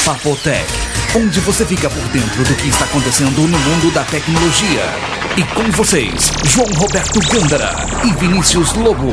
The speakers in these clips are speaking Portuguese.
Papotec, onde você fica por dentro do que está acontecendo no mundo da tecnologia. E com vocês, João Roberto Gândara e Vinícius Lobo.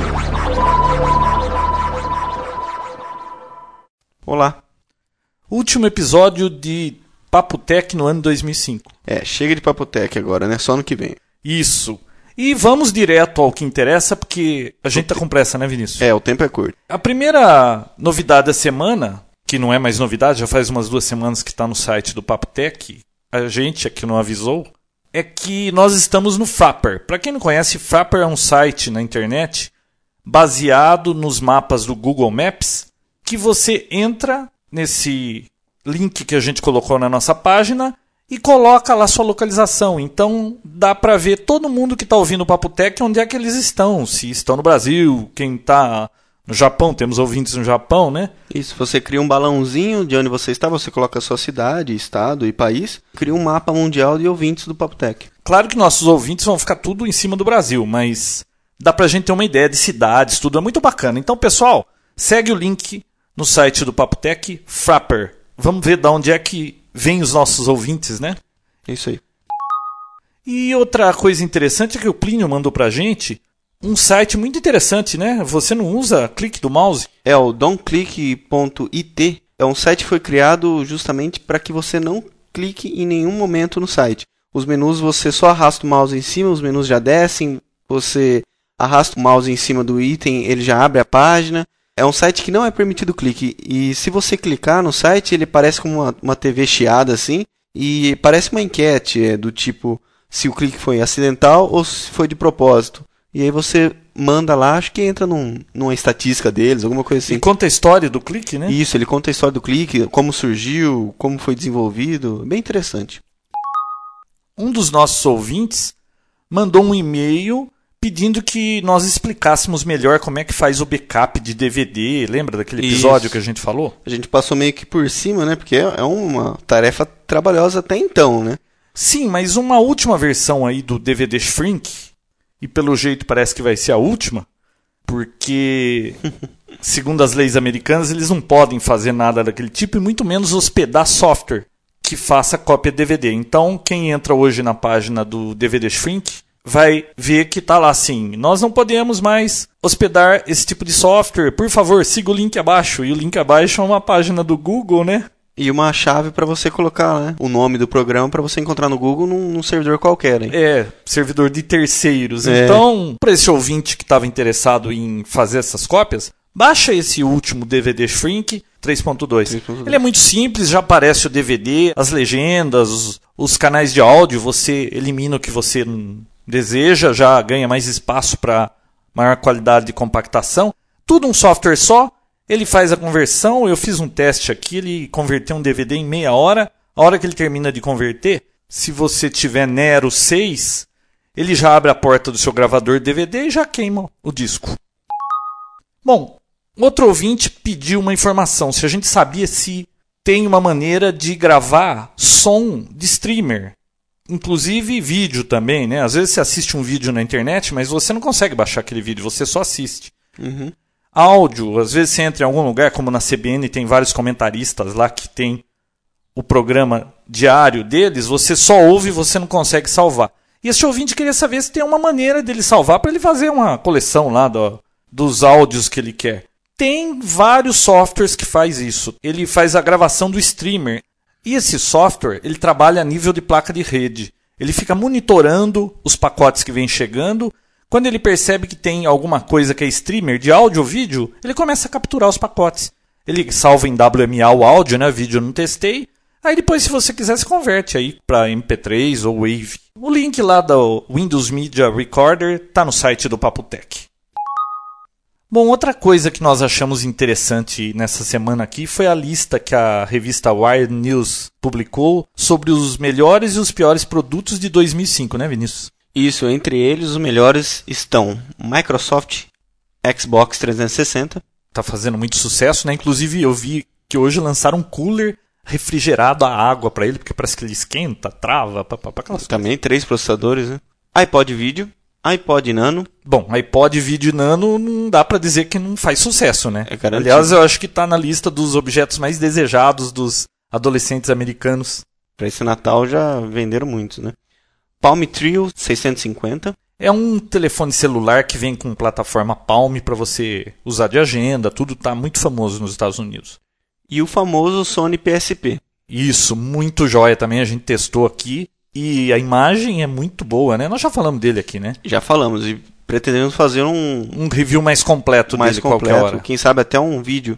Olá. Último episódio de Papotec no ano 2005. Chega de Papotec agora, né? Só ano que vem. Isso. E vamos direto ao que interessa, porque a gente tá com pressa, né, Vinícius? O tempo é curto. A primeira novidade da semana, que não é mais novidade, já faz umas 2 semanas que está no site do Papotec, a gente aqui não avisou, é que nós estamos no Frapper. Para quem não conhece, Frapper é um site na internet baseado nos mapas do Google Maps, que você entra nesse link que a gente colocou na nossa página e coloca lá sua localização. Então dá para ver todo mundo que está ouvindo o Papotec onde é que eles estão. Se estão no Brasil, quem está no Japão, temos ouvintes no Japão, né? Isso, você cria um balãozinho de onde você está, você coloca a sua cidade, estado e país, cria um mapa mundial de ouvintes do Papotec. Claro que nossos ouvintes vão ficar tudo em cima do Brasil, mas dá pra gente ter uma ideia de cidades, tudo é muito bacana. Então, pessoal, segue o link no site do Papotec, Frapper. Vamos ver de onde é que vem os nossos ouvintes, né? Isso aí. E outra coisa interessante é que o Plínio mandou pra gente um site muito interessante, né? Você não usa clique do mouse? O don'tclick.it. É um site que foi criado justamente para que você não clique em nenhum momento no site. Os menus, você só arrasta o mouse em cima, os menus já descem, você arrasta o mouse em cima do item, ele já abre a página. É um site que não é permitido clique, e se você clicar no site, ele parece como uma TV chiada assim, e parece uma enquete do tipo se o clique foi acidental ou se foi de propósito. E aí você manda lá, acho que entra numa estatística deles, alguma coisa assim. E conta a história do clique, né? Isso, ele conta a história do clique, como surgiu, como foi desenvolvido, bem interessante. Um dos nossos ouvintes mandou um e-mail pedindo que nós explicássemos melhor como é que faz o backup de DVD. Lembra daquele episódio que a gente falou? A gente passou meio que por cima, né? Porque é uma tarefa trabalhosa até então, né? Sim, mas uma última versão aí do DVD Shrink, e pelo jeito parece que vai ser a última, porque, segundo as leis americanas, eles não podem fazer nada daquele tipo, e muito menos hospedar software que faça cópia de DVD. Então, quem entra hoje na página do DVD Shrink vai ver que está lá assim: nós não podemos mais hospedar esse tipo de software, por favor, siga o link abaixo. E o link abaixo é uma página do Google, né? E uma chave para você colocar, né, o nome do programa para você encontrar no Google num servidor qualquer, hein? Servidor de terceiros. Então, para esse ouvinte que estava interessado em fazer essas cópias, baixa esse último DVD Shrink 3.2. Ele é muito simples, já aparece o DVD, as legendas, os canais de áudio, você elimina o que você deseja, já ganha mais espaço para maior qualidade de compactação. Tudo um software só. Ele faz a conversão, eu fiz um teste aqui, ele converteu um DVD em meia hora. A hora que ele termina de converter, se você tiver Nero 6, ele já abre a porta do seu gravador DVD e já queima o disco. Bom, outro ouvinte pediu uma informação, se a gente sabia se tem uma maneira de gravar som de streamer. Inclusive vídeo também, né? Às vezes você assiste um vídeo na internet, mas você não consegue baixar aquele vídeo, você só assiste. Uhum. Áudio, às vezes você entra em algum lugar, como na CBN, tem vários comentaristas lá que tem o programa diário deles, você só ouve e você não consegue salvar. E esse ouvinte queria saber se tem uma maneira dele salvar para ele fazer uma coleção lá dos áudios que ele quer. Tem vários softwares que faz isso. Ele faz a gravação do streamer. E esse software, ele trabalha a nível de placa de rede. Ele fica monitorando os pacotes que vêm chegando. Quando ele percebe que tem alguma coisa que é streamer de áudio ou vídeo, ele começa a capturar os pacotes. Ele salva em WMA o áudio, né? Vídeo eu não testei. Aí depois, se você quiser, se converte aí para MP3 ou Wave. O link lá do Windows Media Recorder está no site do Papotec. Bom, outra coisa que nós achamos interessante nessa semana aqui foi a lista que a revista Wired News publicou sobre os melhores e os piores produtos de 2005, né, Vinícius? Isso, entre eles os melhores estão Microsoft Xbox 360. Tá fazendo muito sucesso, né? Inclusive eu vi que hoje lançaram um cooler refrigerado a água para ele, porque parece que ele esquenta, trava, aquelas também coisas. 3 processadores, né? iPod Video, iPod Nano. Bom, iPod Video Nano não dá para dizer que não faz sucesso, né? É garantido. Aliás, eu acho que tá na lista dos objetos mais desejados dos adolescentes americanos. Para esse Natal já venderam muitos, né? Palm Trio 650. É um telefone celular que vem com plataforma Palm para você usar de agenda, tudo tá muito famoso nos Estados Unidos. E o famoso Sony PSP. Isso, muito joia também, a gente testou aqui e a imagem é muito boa, né? Nós já falamos dele aqui, né? Já falamos e pretendemos fazer um review mais completo dele qualquer hora. Quem sabe até um vídeo.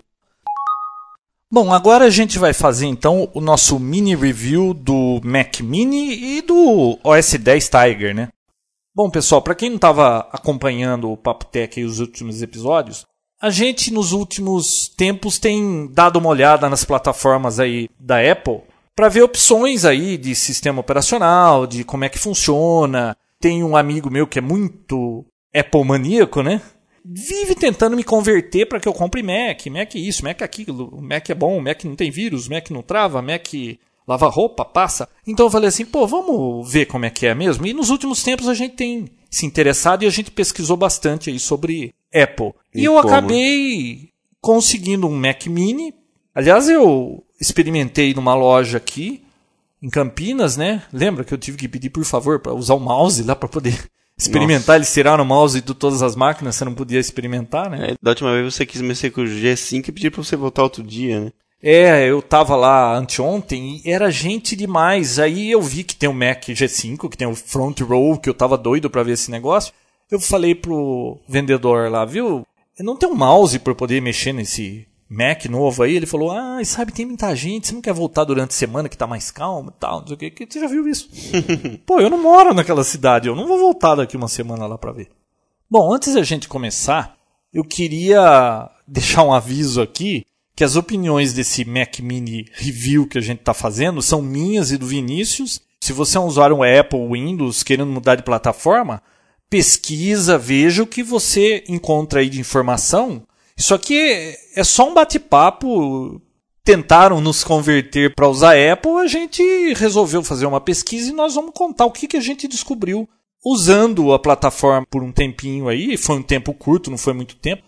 Bom, agora a gente vai fazer então o nosso mini review do Mac Mini e do OS X Tiger, né? Bom, pessoal, para quem não estava acompanhando o Papo Tech e os últimos episódios, a gente nos últimos tempos tem dado uma olhada nas plataformas aí da Apple para ver opções aí de sistema operacional, de como é que funciona. Tem um amigo meu que é muito Apple maníaco, né? Vive tentando me converter para que eu compre Mac. Mac isso, Mac aquilo. Mac é bom, Mac não tem vírus, Mac não trava, Mac lava roupa, passa. Então eu falei assim, vamos ver como é que é mesmo. E nos últimos tempos a gente tem se interessado e a gente pesquisou bastante aí sobre Apple. E eu acabei conseguindo um Mac Mini. Aliás, eu experimentei numa loja aqui em Campinas, né? Lembra que eu tive que pedir por favor para usar o mouse lá para poder experimentar? Eles tiraram o mouse de todas as máquinas, você não podia experimentar, né? Da última vez você quis mexer com o G5 e pedir para você voltar outro dia, né? Eu tava lá anteontem e era gente demais. Aí eu vi que tem o Mac G5, que tem o Front Row, que eu tava doido para ver esse negócio. Eu falei pro vendedor lá, viu? Não tem um mouse para poder mexer nesse Mac novo aí? Ele falou, sabe, tem muita gente, você não quer voltar durante a semana que tá mais calmo e tal, não sei o que. Você já viu isso? Eu não moro naquela cidade, eu não vou voltar daqui uma semana lá para ver. Bom, antes da gente começar, eu queria deixar um aviso aqui, que as opiniões desse Mac Mini Review que a gente está fazendo são minhas e do Vinícius. Se você é um usuário Apple, Windows, querendo mudar de plataforma, pesquisa, veja o que você encontra aí de informação. Isso aqui é só um bate-papo. Tentaram nos converter para usar Apple, a gente resolveu fazer uma pesquisa e nós vamos contar o que a gente descobriu usando a plataforma por um tempinho aí. Foi um tempo curto, não foi muito tempo.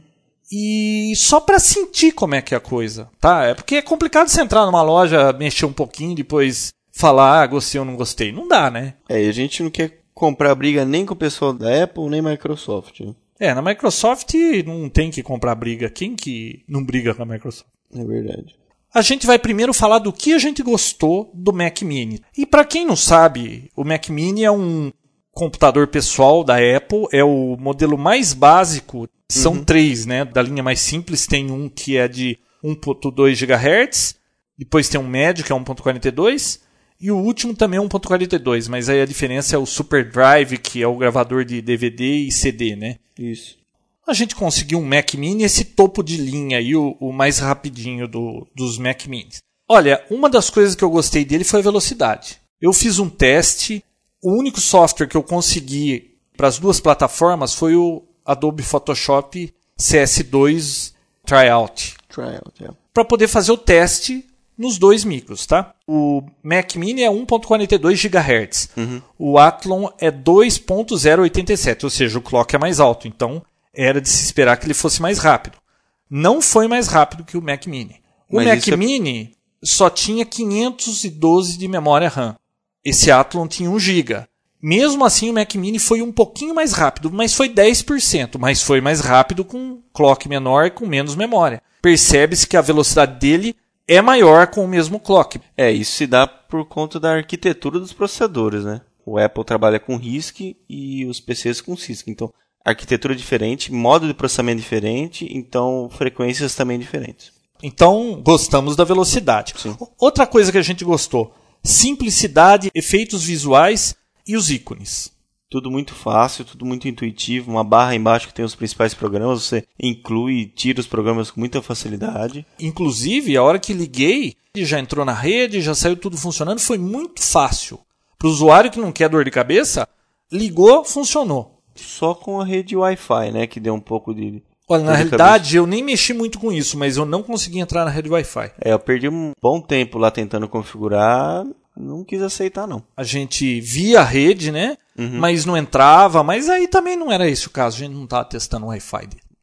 E só para sentir como é que é a coisa, tá? É porque é complicado você entrar numa loja, mexer um pouquinho, depois falar, gostei ou não gostei. Não dá, né? E a gente não quer comprar briga nem com o pessoal da Apple, nem Microsoft. Na Microsoft não tem que comprar briga. Quem que não briga com a Microsoft? É verdade. A gente vai primeiro falar do que a gente gostou do Mac Mini. E para quem não sabe, o Mac Mini é um computador pessoal da Apple, é o modelo mais básico. São 3, né? Da linha mais simples, tem um que é de 1.2 GHz, depois tem um médio, que é 1.42, e o último também é 1.42, mas aí a diferença é o Super Drive, que é o gravador de DVD e CD, né? Isso. A gente conseguiu um Mac Mini, esse topo de linha aí, o mais rapidinho dos Mac Minis. Olha, uma das coisas que eu gostei dele foi a velocidade. Eu fiz um teste, o único software que eu consegui para as duas plataformas foi o Adobe Photoshop CS2 Tryout. Para poder fazer o teste nos dois micros, tá? O Mac Mini é 1.42 GHz. O Athlon é 2.087, ou seja, o clock é mais alto. Então, era de se esperar que ele fosse mais rápido. Não foi mais rápido que o Mac Mini. O Mac Mini só tinha 512 de memória RAM. Esse Athlon tinha 1 GB. Mesmo assim, o Mac Mini foi um pouquinho mais rápido, mas foi 10%. Mas foi mais rápido com clock menor e com menos memória. Percebe-se que a velocidade dele é maior com o mesmo clock. Isso se dá por conta da arquitetura dos processadores, né? O Apple trabalha com RISC e os PCs com CISC. Então, arquitetura diferente, modo de processamento diferente, então frequências também diferentes. Então, gostamos da velocidade. Sim. Outra coisa que a gente gostou, simplicidade, efeitos visuais e os ícones. Tudo muito fácil, tudo muito intuitivo, uma barra embaixo que tem os principais programas, você inclui e tira os programas com muita facilidade. Inclusive, a hora que liguei, já entrou na rede, já saiu tudo funcionando, foi muito fácil. Para o usuário que não quer dor de cabeça, ligou, funcionou. Só com a rede Wi-Fi, né, que deu um pouco de... Olha, na realidade, eu nem mexi muito com isso, mas eu não consegui entrar na rede Wi-Fi. Eu perdi um bom tempo lá tentando configurar, não quis aceitar, não. A gente via a rede, né? Mas não entrava, mas aí também não era esse o caso, a gente não estava testando o Wi-Fi dele.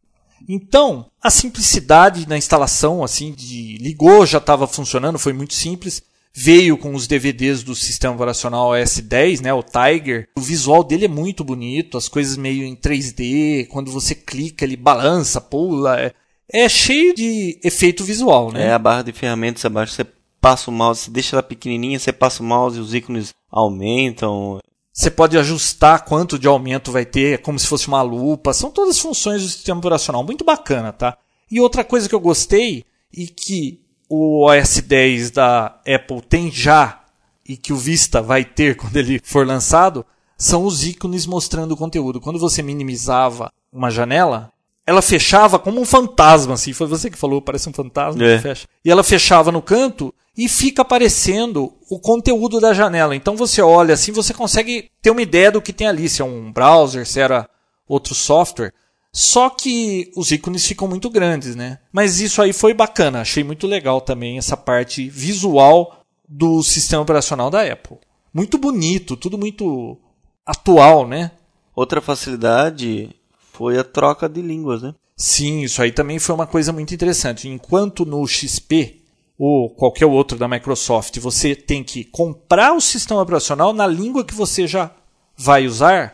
Então, a simplicidade na instalação, assim, ligou, já estava funcionando, foi muito simples. Veio com os DVDs do sistema operacional OS X, né, o Tiger. O visual dele é muito bonito, as coisas meio em 3D, quando você clica ele balança, pula. É cheio de efeito visual, né? A barra de ferramentas abaixo, você passa o mouse, você deixa ela pequenininha, você passa o mouse e os ícones aumentam. Você pode ajustar quanto de aumento vai ter, como se fosse uma lupa. São todas funções do sistema operacional. Muito bacana, tá? E outra coisa que eu gostei e que o OS X da Apple tem já e que o Vista vai ter quando ele for lançado, são os ícones mostrando o conteúdo. Quando você minimizava uma janela, ela fechava como um fantasma, assim. Foi você que falou, parece um fantasma. Fecha. E ela fechava no canto e fica aparecendo o conteúdo da janela. Então você olha assim, você consegue ter uma ideia do que tem ali. Se é um browser, se era outro software. Só que os ícones ficam muito grandes, né? Mas isso aí foi bacana. Achei muito legal também essa parte visual do sistema operacional da Apple. Muito bonito, tudo muito atual, né? Outra facilidade foi a troca de línguas, né? Sim, isso aí também foi uma coisa muito interessante. Enquanto no XP ou qualquer outro da Microsoft, você tem que comprar o sistema operacional na língua que você já vai usar.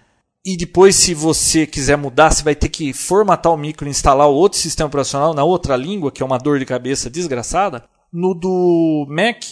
E depois, se você quiser mudar, você vai ter que formatar o micro e instalar o outro sistema operacional na outra língua, que é uma dor de cabeça desgraçada. No do Mac,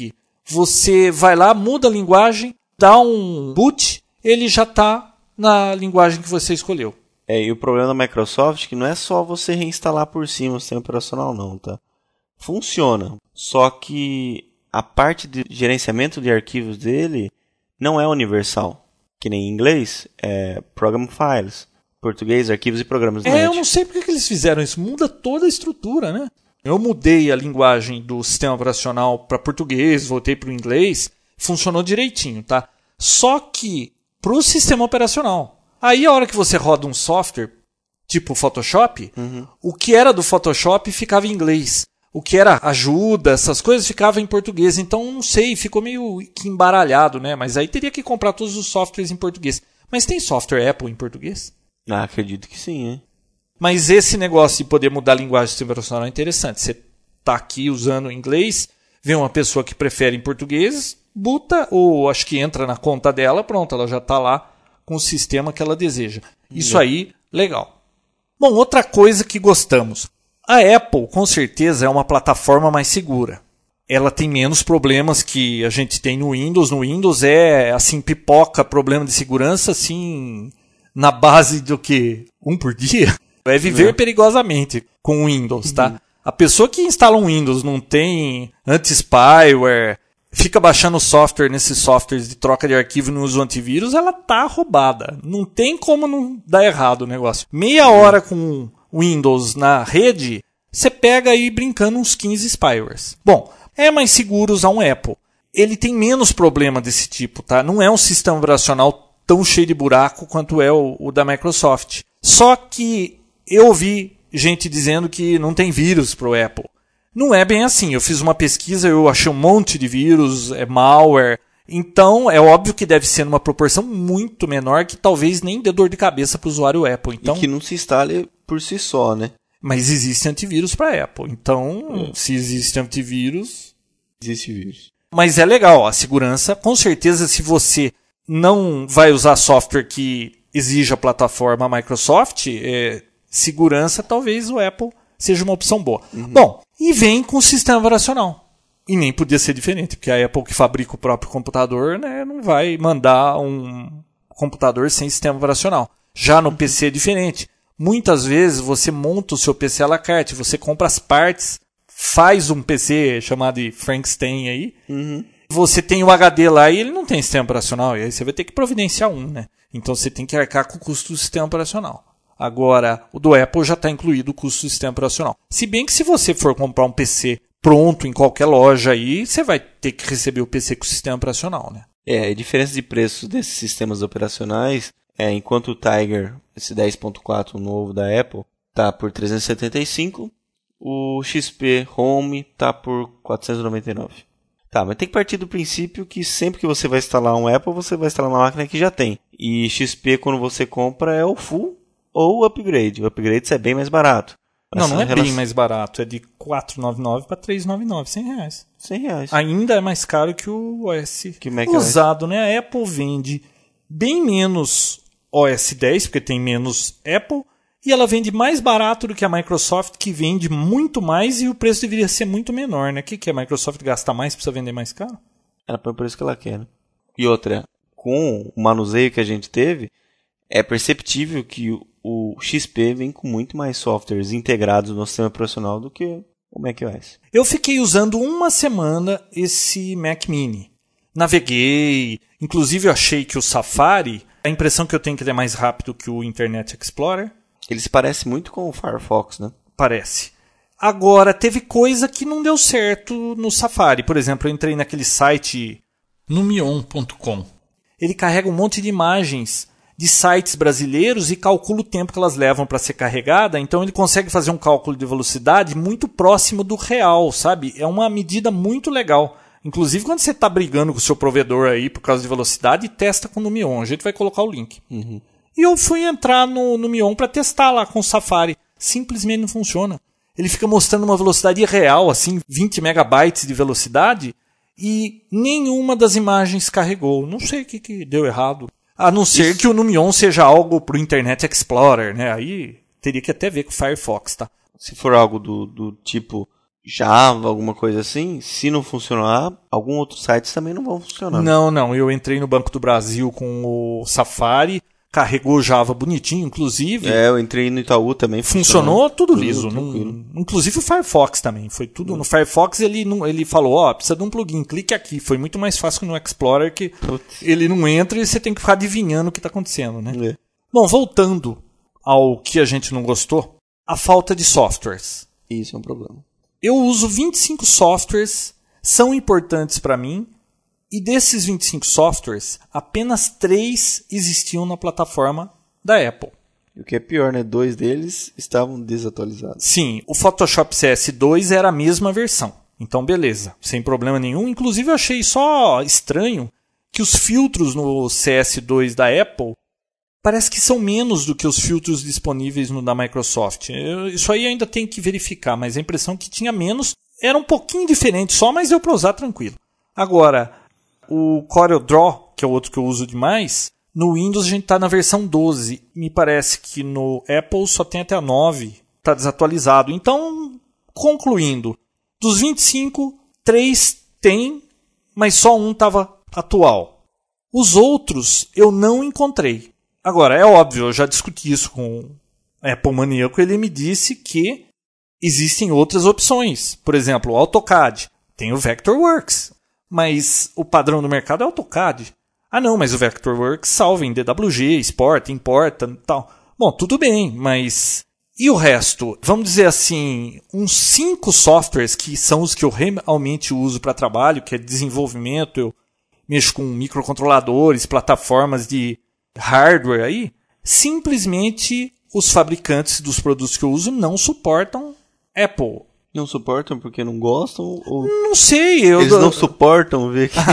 você vai lá, muda a linguagem, dá um boot, ele já está na linguagem que você escolheu. E o problema da Microsoft é que não é só você reinstalar por cima o sistema operacional, não, tá? Funciona, só que a parte de gerenciamento de arquivos dele não é universal. Que nem em inglês, é Program Files. Português, arquivos e programas. Eu não sei porque que eles fizeram isso. Muda toda a estrutura, né? Eu mudei a linguagem do sistema operacional para português, voltei para o inglês. Funcionou direitinho, tá? Só que para o sistema operacional. Aí a hora que você roda um software, tipo Photoshop, o que era do Photoshop ficava em inglês. O que era ajuda, essas coisas, ficava em português. Então, não sei, ficou meio que embaralhado, né? Mas aí teria que comprar todos os softwares em português. Mas tem software Apple em português? Acredito que sim, hein? Mas esse negócio de poder mudar a linguagem do sistema operacional é interessante. Você está aqui usando inglês, vê uma pessoa que prefere em português, buta, ou acho que entra na conta dela, pronto, ela já está lá com o sistema que ela deseja. Isso aí, legal. Bom, outra coisa que gostamos. A Apple, com certeza, é uma plataforma mais segura. Ela tem menos problemas que a gente tem no Windows. No Windows assim, pipoca problema de segurança, assim, na base do que? Um por dia? É viver perigosamente com o Windows, tá? A pessoa que instala um Windows não tem anti-spyware, fica baixando software nesses softwares de troca de arquivo e não usa o antivírus, ela tá roubada. Não tem como não dar errado o negócio. Meia hora com Windows na rede, você pega aí brincando uns 15 spywares. Bom, é mais seguro usar um Apple. Ele tem menos problema desse tipo, tá? Não é um sistema operacional tão cheio de buraco quanto é o da Microsoft. Só que eu ouvi gente dizendo que não tem vírus pro Apple. Não é bem assim. Eu fiz uma pesquisa, eu achei um monte de vírus, malware. Então, é óbvio que deve ser numa proporção muito menor que talvez nem dê dor de cabeça para o usuário Apple. Então, e que não se instale por si só, né? Mas existe antivírus para Apple. Então, se existe antivírus... Existe vírus. Mas é legal. A segurança, com certeza, se você não vai usar software que exija a plataforma Microsoft, segurança, talvez o Apple seja uma opção boa. Bom, e vem com o sistema operacional. E nem podia ser diferente, porque a Apple que fabrica o próprio computador, né, não vai mandar um computador sem sistema operacional. Já no PC é diferente. Muitas vezes você monta o seu PC à la carte, você compra as partes, faz um PC chamado de Frankenstein aí, você tem o HD lá e ele não tem sistema operacional, e aí você vai ter que providenciar um, né? Então você tem que arcar com o custo do sistema operacional. Agora, o do Apple já está incluído o custo do sistema operacional. Se bem que se você for comprar um PC pronto em qualquer loja aí, você vai ter que receber o PC com o sistema operacional, né? A diferença de preço desses sistemas operacionais enquanto o Tiger, esse 10.4 novo da Apple, tá por $375, o XP Home tá por $499. Tá, mas tem que partir do princípio que sempre que você vai instalar um Apple, você vai instalar uma máquina que já tem. E XP, quando você compra, é o Full ou o upgrade. O upgrade é bem mais barato. Não é bem mais barato. É de R$ 499 para R$ 399, R$100. R$100. Ainda é mais caro que o OS que Mac usado, né? A Apple vende bem menos OS 10, porque tem menos Apple, e ela vende mais barato do que a Microsoft, que vende muito mais, e o preço deveria ser muito menor, né? O que a Microsoft gasta mais, precisa vender mais caro? Ela põe por isso que ela quer, né? E outra, com o manuseio que a gente teve, é perceptível que o XP vem com muito mais softwares integrados no sistema profissional do que o macOS. Eu fiquei usando uma semana esse Mac Mini. Naveguei, inclusive eu achei que o Safari, a impressão que eu tenho é que ele é mais rápido que o Internet Explorer. Ele se parece muito com o Firefox, né? Parece. Agora, teve coisa que não deu certo no Safari. Por exemplo, eu entrei naquele site numion.com. Ele carrega um monte de imagens de sites brasileiros e calcula o tempo que elas levam para ser carregada. Então ele consegue fazer um cálculo de velocidade muito próximo do real, sabe? É uma medida muito legal. Inclusive, quando você está brigando com o seu provedor aí por causa de velocidade, testa com o Numion. A gente vai colocar o link. Uhum. E eu fui entrar no Numion para testar lá com o Safari. Simplesmente não funciona. Ele fica mostrando uma velocidade real, assim, 20 megabytes de velocidade, e nenhuma das imagens carregou. Não sei o que deu errado. A não ser que o Numion seja algo para o Internet Explorer, né? Aí teria que até ver com o Firefox, tá? Se for algo do tipo Java, alguma coisa assim, se não funcionar, alguns outros sites também não vão funcionar. Não. Eu entrei no Banco do Brasil com o Safari, carregou Java bonitinho, inclusive. Eu entrei no Itaú também. Funcionou tudo liso. Inclusive o Firefox também. Foi tudo. No Firefox ele falou, precisa de um plugin, clique aqui. Foi muito mais fácil que no Explorer, que ele não entra e você tem que ficar adivinhando o que está acontecendo, né? Bom, voltando ao que a gente não gostou, a falta de softwares. Isso é um problema. Eu uso 25 softwares, são importantes para mim, e desses 25 softwares, apenas 3 existiam na plataforma da Apple. E o que é pior, né? 2 deles estavam desatualizados. Sim, o Photoshop CS2 era a mesma versão. Então, beleza, sem problema nenhum. Inclusive, eu achei só estranho que os filtros no CS2 da Apple parece que são menos do que os filtros disponíveis no da Microsoft. Isso aí ainda tem que verificar, mas a impressão que tinha menos era um pouquinho diferente só, mas deu para usar tranquilo. Agora, o CorelDRAW, que é o outro que eu uso demais, no Windows a gente está na versão 12. Me parece que no Apple só tem até a 9. Está desatualizado. Então, concluindo, dos 25, 3 tem, mas só um estava atual. Os outros eu não encontrei. Agora, é óbvio, eu já discuti isso com o Apple Maníaco, ele me disse que existem outras opções. Por exemplo, o AutoCAD. Tem o Vectorworks. Mas o padrão do mercado é AutoCAD. Ah não, mas o Vectorworks salva em DWG, exporta, importa e tal. Bom, tudo bem, mas e o resto? Vamos dizer assim, uns 5 softwares que são os que eu realmente uso para trabalho, que é desenvolvimento, eu mexo com microcontroladores, plataformas de hardware aí, simplesmente os fabricantes dos produtos que eu uso não suportam Apple. Não suportam porque não gostam? Ou não sei. Eles não suportam ver que...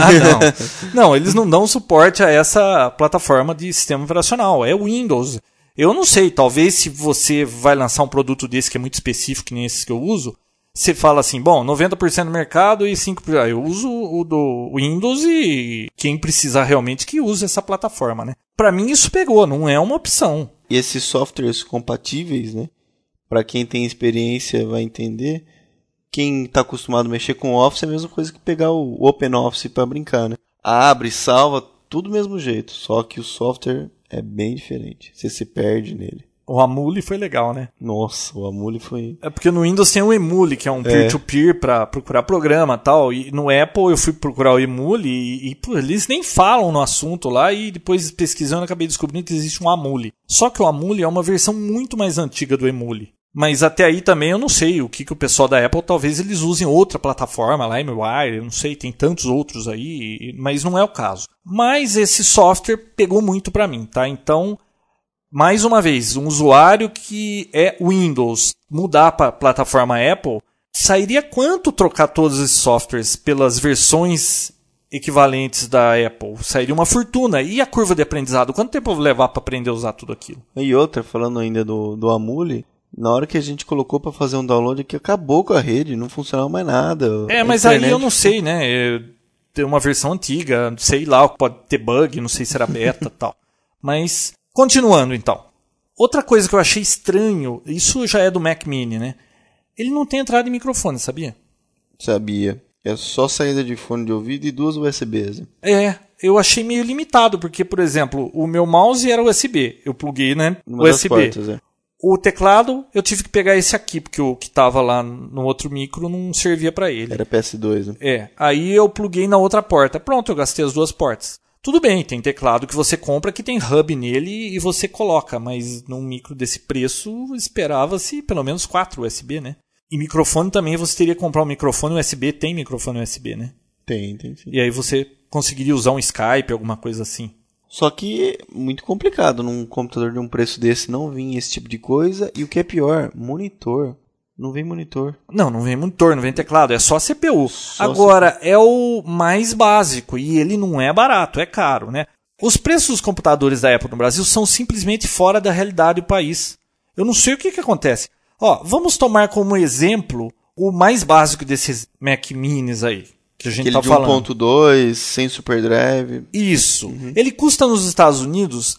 Não, eles não dão suporte a essa plataforma de sistema operacional. É o Windows. Eu não sei, talvez se você vai lançar um produto desse que é muito específico, que nem esses que eu uso, você fala assim, bom, 90% do mercado e 5%. Eu uso o do Windows e quem precisar realmente que use essa plataforma, né? Para mim isso pegou, não é uma opção. E esses softwares compatíveis, né? Para quem tem experiência vai entender. Quem está acostumado a mexer com o Office é a mesma coisa que pegar o OpenOffice para brincar, né? Abre, salva, tudo do mesmo jeito. Só que o software é bem diferente. Você se perde nele. O Amuli foi legal, né? Nossa, o Amuli foi... É porque no Windows tem o Emule, que é um peer-to-peer para procurar programa e tal. E no Apple eu fui procurar o Emule e eles nem falam no assunto lá. E depois pesquisando eu acabei descobrindo que existe um Amuli. Só que o Amuli é uma versão muito mais antiga do Emule. Mas até aí também eu não sei o que o pessoal da Apple, talvez eles usem outra plataforma, LimeWire, eu não sei, tem tantos outros aí, mas não é o caso. Mas esse software pegou muito para mim, tá? Então, mais uma vez, um usuário que é Windows, mudar para a plataforma Apple, sairia quanto trocar todos esses softwares pelas versões equivalentes da Apple, sairia uma fortuna. E a curva de aprendizado? Quanto tempo eu vou levar para aprender a usar tudo aquilo? E outra, falando ainda do Amuli, na hora que a gente colocou para fazer um download aqui, acabou com a rede, não funcionava mais nada. Mas aí eu não sei, né? Tem uma versão antiga, sei lá, pode ter bug, não sei se era beta e tal. Mas, continuando então. Outra coisa que eu achei estranho, isso já é do Mac Mini, né? Ele não tem entrada de microfone, sabia? Sabia. É só saída de fone de ouvido e 2 USBs. Eu achei meio limitado, porque, por exemplo, o meu mouse era USB. Eu pluguei, né? Numa USB. das portas, O teclado, eu tive que pegar esse aqui, porque o que estava lá no outro micro não servia para ele. Era PS2, né? Aí eu pluguei na outra porta. Pronto, eu gastei as 2 portas. Tudo bem, tem teclado que você compra que tem hub nele e você coloca, mas num micro desse preço esperava-se pelo menos 4 USB, né? E microfone também, você teria que comprar um microfone USB, tem microfone USB, né? Tem sim. E aí você conseguiria usar um Skype, alguma coisa assim. Só que é muito complicado num computador de um preço desse não vir esse tipo de coisa. E o que é pior, monitor. Não vem monitor. Não vem monitor, não vem teclado, é só CPU. Agora, é o mais básico e ele não é barato, é caro, né? Os preços dos computadores da Apple no Brasil são simplesmente fora da realidade do país. Eu não sei o que acontece. Vamos tomar como exemplo o mais básico desses Mac Minis aí, que a gente tá falando. De 1.2, sem Super Drive. Isso. Ele custa nos Estados Unidos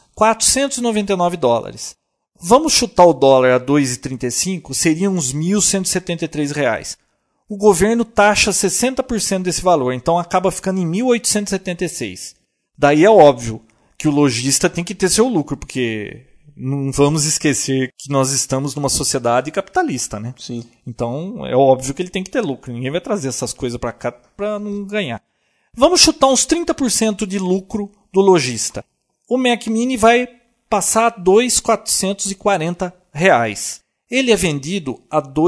$499. Vamos chutar o dólar a 2,35, seriam uns R$ 1.173. O governo taxa 60% desse valor, então acaba ficando em 1.876. Daí é óbvio que o lojista tem que ter seu lucro, porque não vamos esquecer que nós estamos numa sociedade capitalista, né? Sim. Então é óbvio que ele tem que ter lucro. Ninguém vai trazer essas coisas para cá para não ganhar. Vamos chutar uns 30% de lucro do lojista. O Mac Mini vai passar a R$ 2.440. Ele é vendido a R$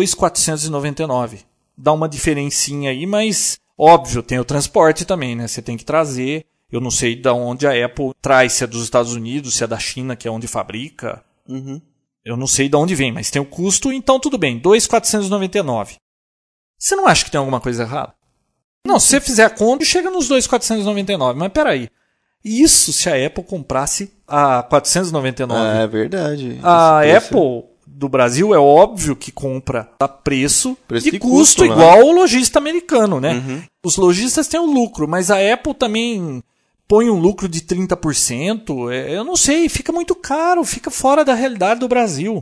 2.499. Dá uma diferencinha aí, mas óbvio, tem o transporte também, né? Você tem que trazer. Eu não sei de onde a Apple traz, se é dos Estados Unidos, se é da China, que é onde fabrica. Eu não sei de onde vem, mas tem o custo, então tudo bem, R$ 2.499. Você não acha que tem alguma coisa errada? Não, se você fizer a conta, chega nos 2.499, mas peraí. Isso se a Apple comprasse a 499. É verdade. A Apple do Brasil é óbvio que compra a preço e custo igual o lojista americano, né? Os lojistas têm um lucro, mas a Apple também põe um lucro de 30%. Eu não sei, fica muito caro, fica fora da realidade do Brasil.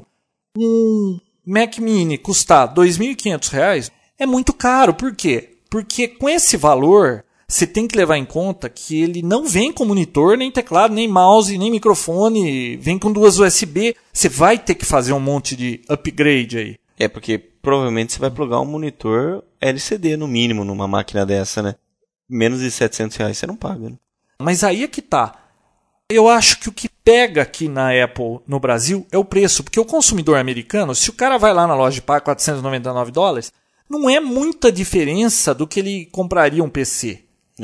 Um Mac Mini custar R$ 2.500 é muito caro. Por quê? Porque com esse valor, você tem que levar em conta que ele não vem com monitor, nem teclado, nem mouse, nem microfone. Vem com 2 USB. Você vai ter que fazer um monte de upgrade aí. Porque provavelmente você vai plugar um monitor LCD no mínimo numa máquina dessa, né? Menos de R$700 você não paga, né? Mas aí é que tá. Eu acho que o que pega aqui na Apple no Brasil é o preço. Porque o consumidor americano, se o cara vai lá na loja e paga $499, não é muita diferença do que ele compraria um PC.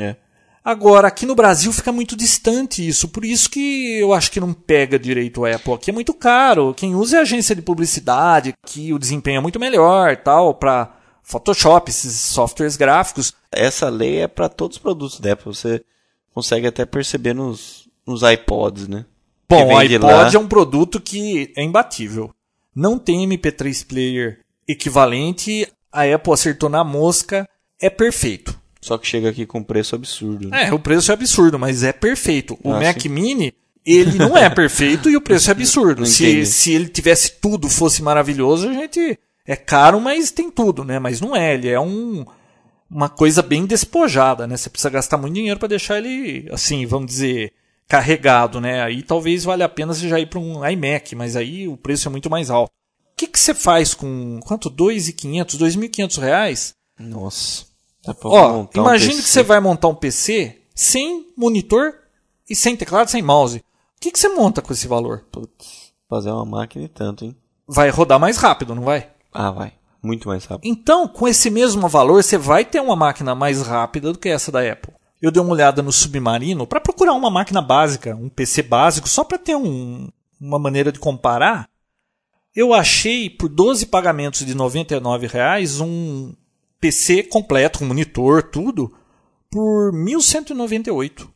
Agora, aqui no Brasil fica muito distante isso. Por isso que eu acho que não pega direito a Apple. Aqui é muito caro. Quem usa é a agência de publicidade, que o desempenho é muito melhor, tal, para Photoshop, esses softwares gráficos. Essa lei é para todos os produtos da Apple. Você consegue até perceber nos iPods, né? Bom, o iPod é um produto que é imbatível. Não tem MP3 player equivalente. A Apple acertou na mosca. É perfeito. Só que chega aqui com preço absurdo. Né? O preço é absurdo, mas é perfeito. O Mac Mini, ele não é perfeito e o preço é absurdo. Se ele tivesse tudo, fosse maravilhoso, a gente... É caro, mas tem tudo, né? Mas não é. Ele é uma coisa bem despojada, né? Você precisa gastar muito dinheiro para deixar ele, assim, vamos dizer, carregado, né? Aí talvez valha a pena você já ir para um iMac, mas aí o preço é muito mais alto. O que você faz com, quanto? R$2.500, R$2.500? Nossa... Imagine que você vai montar um PC sem monitor e sem teclado, sem mouse. O que você monta com esse valor? Fazer uma máquina e tanto, hein? Vai rodar mais rápido, não vai? Vai. Muito mais rápido. Então, com esse mesmo valor, você vai ter uma máquina mais rápida do que essa da Apple. Eu dei uma olhada no Submarino para procurar uma máquina básica, um PC básico, só para ter uma maneira de comparar. Eu achei, por 12 pagamentos de R$99, um PC completo, com monitor, tudo, por R$ 1.198.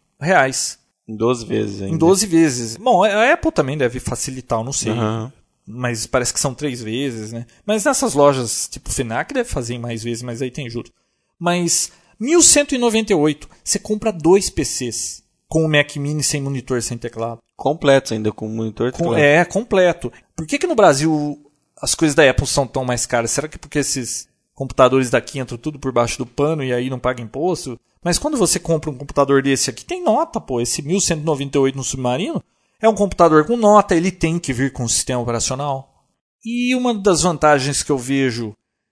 Em 12 vezes ainda. Em 12 vezes. Bom, a Apple também deve facilitar, eu não sei. Uhum. Mas parece que são 3 vezes, né? Mas nessas lojas tipo FENAC deve fazer em mais vezes, mas aí tem juros. Mas R$ 1.198, você compra 2 PCs com o Mac Mini sem monitor, sem teclado. Completos ainda, com monitor e teclado. É, completo. Por que no Brasil as coisas da Apple são tão mais caras? Será que é porque esses computadores daqui entram tudo por baixo do pano e aí não paga imposto? Mas quando você compra um computador desse aqui, tem nota, pô. Esse 1.198 no Submarino é um computador com nota, ele tem que vir com um sistema operacional. E uma das vantagens que eu vejo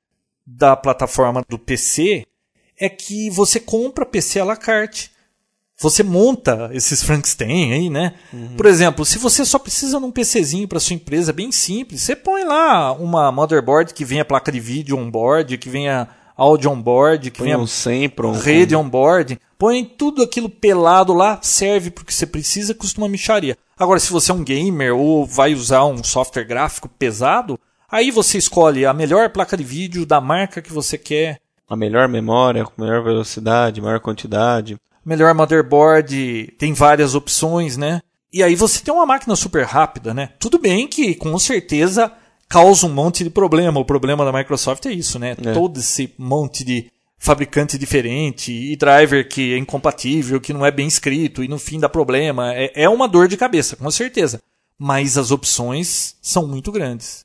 da plataforma do PC é que você compra PC à la carte. Você monta esses Frankenstein aí, né? Por exemplo, se você só precisa de um PCzinho para sua empresa, bem simples, você põe lá uma motherboard que venha placa de vídeo on-board, que venha áudio on-board, que venha rede on-board, põe tudo aquilo pelado lá, serve porque você precisa, custa uma mixaria. Agora, se você é um gamer ou vai usar um software gráfico pesado, aí você escolhe a melhor placa de vídeo da marca que você quer. A melhor memória, com melhor velocidade, maior quantidade. Melhor motherboard, tem várias opções, né? E aí você tem uma máquina super rápida, né? Tudo bem que, com certeza, causa um monte de problema. O problema da Microsoft é isso, né? É. Todo esse monte de fabricante diferente e driver que é incompatível, que não é bem escrito e no fim dá problema. É uma dor de cabeça, com certeza. Mas as opções são muito grandes.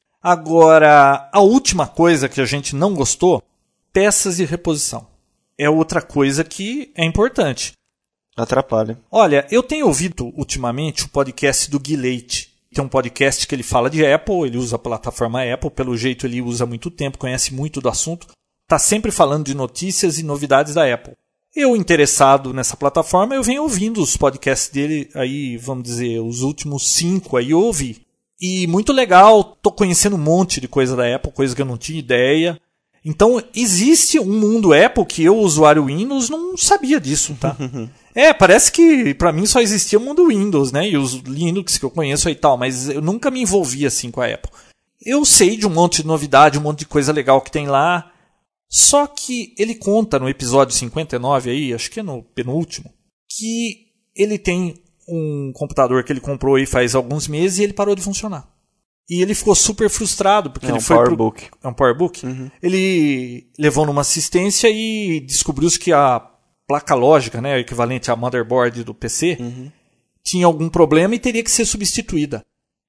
Agora, a última coisa que a gente não gostou, peças de reposição. É outra coisa que é importante. Atrapalha. Olha, eu tenho ouvido ultimamente o podcast do Gui Leite. Tem um podcast que ele fala de Apple, ele usa a plataforma Apple, pelo jeito ele usa há muito tempo, conhece muito do assunto. Está sempre falando de notícias e novidades da Apple. Eu, interessado nessa plataforma, eu venho ouvindo os podcasts dele aí, vamos dizer, os últimos 5 aí eu ouvi. E muito legal, tô conhecendo um monte de coisa da Apple, coisa que eu não tinha ideia. Então, existe um mundo Apple que eu, usuário Windows, não sabia disso, tá? Parece que pra mim só existia o mundo Windows, né? E os Linux que eu conheço aí e tal, mas eu nunca me envolvi assim com a Apple. Eu sei de um monte de novidade, um monte de coisa legal que tem lá, só que ele conta no episódio 59 aí, acho que é no penúltimo, que ele tem um computador que ele comprou aí faz alguns meses e ele parou de funcionar. E ele ficou super frustrado, porque ele foi PowerBook. É um PowerBook? Uhum. Ele levou numa assistência e descobriu-se que a placa lógica, né, o equivalente à motherboard do PC, tinha algum problema e teria que ser substituída.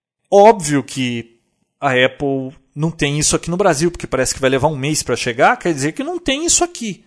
Óbvio que a Apple não tem isso aqui no Brasil, porque parece que vai levar um mês para chegar, quer dizer que não tem isso aqui.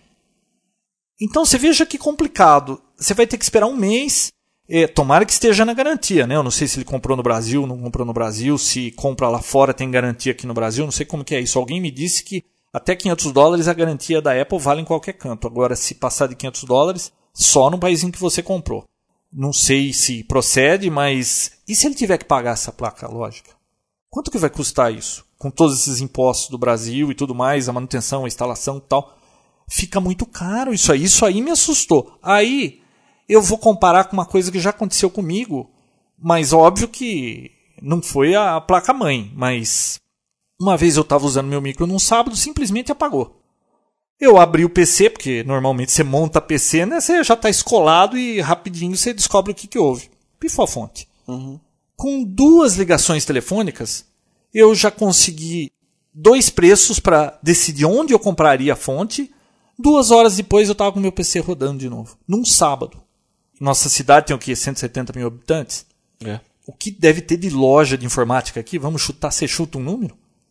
Então você veja que complicado. Você vai ter que esperar um mês. Tomara que esteja na garantia, né? Eu não sei se ele comprou no Brasil, não comprou no Brasil, se compra lá fora tem garantia aqui no Brasil, não sei como que é isso. Alguém me disse que até $500 a garantia da Apple vale em qualquer canto. Agora, se passar de $500, só no país em que você comprou. Não sei se procede, mas e se ele tiver que pagar essa placa lógica? Quanto que vai custar isso? Com todos esses impostos do Brasil e tudo mais, a manutenção, a instalação e tal. Fica muito caro isso aí me assustou. Aí eu vou comparar com uma coisa que já aconteceu comigo, mas óbvio que não foi a placa-mãe, mas uma vez eu estava usando meu micro num sábado, simplesmente apagou. Eu abri o PC, porque normalmente você monta PC, né? Você já está escolado e rapidinho você descobre o que houve. Pifou a fonte. Com 2 ligações telefônicas, eu já consegui 2 preços para decidir onde eu compraria a fonte. 2 horas depois eu estava com o meu PC rodando de novo, num sábado. Nossa cidade tem o quê? 170 mil habitantes? O que deve ter de loja de informática aqui? Vamos chutar, você chuta um número?